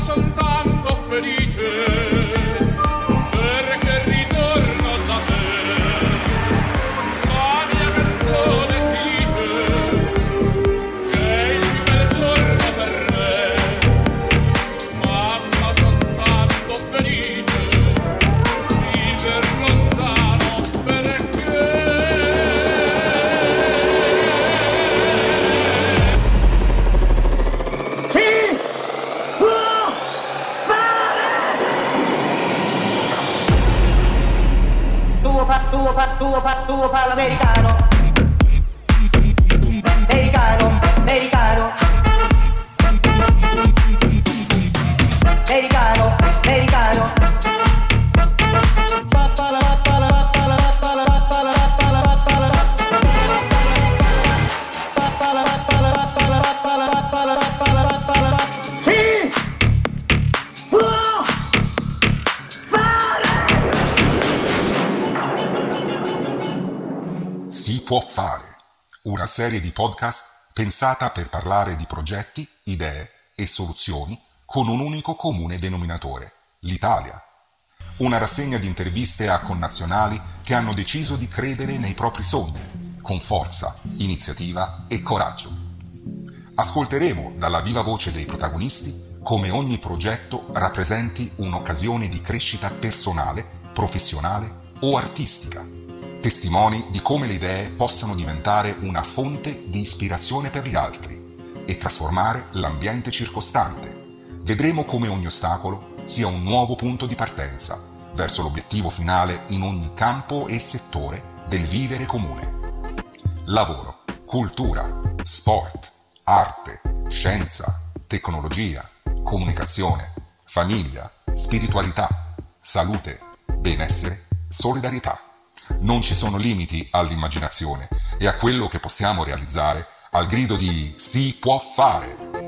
son tanto felice perché ritorno da te. La mia canzone ti dice che è il più bel giorno per me. Mamma, son tanto felice viver lontano perché si può fare. Tuo parlo americano. Americano, americano. Americano, americano. Si può fare. Si può fare, una serie di podcast pensata per parlare di progetti, idee e soluzioni con un unico comune denominatore, l'Italia. Una rassegna di interviste a connazionali che hanno deciso di credere nei propri sogni, con forza, iniziativa e coraggio. Ascolteremo dalla viva voce dei protagonisti come ogni progetto rappresenti un'occasione di crescita personale, professionale o artistica. Testimoni di come le idee possano diventare una fonte di ispirazione per gli altri e trasformare l'ambiente circostante. Vedremo come ogni ostacolo sia un nuovo punto di partenza verso l'obiettivo finale in ogni campo e settore del vivere comune. Lavoro, cultura, sport, arte, scienza, tecnologia, comunicazione, famiglia, spiritualità, salute, benessere, solidarietà. Non ci sono limiti all'immaginazione e a quello che possiamo realizzare al grido di si può fare.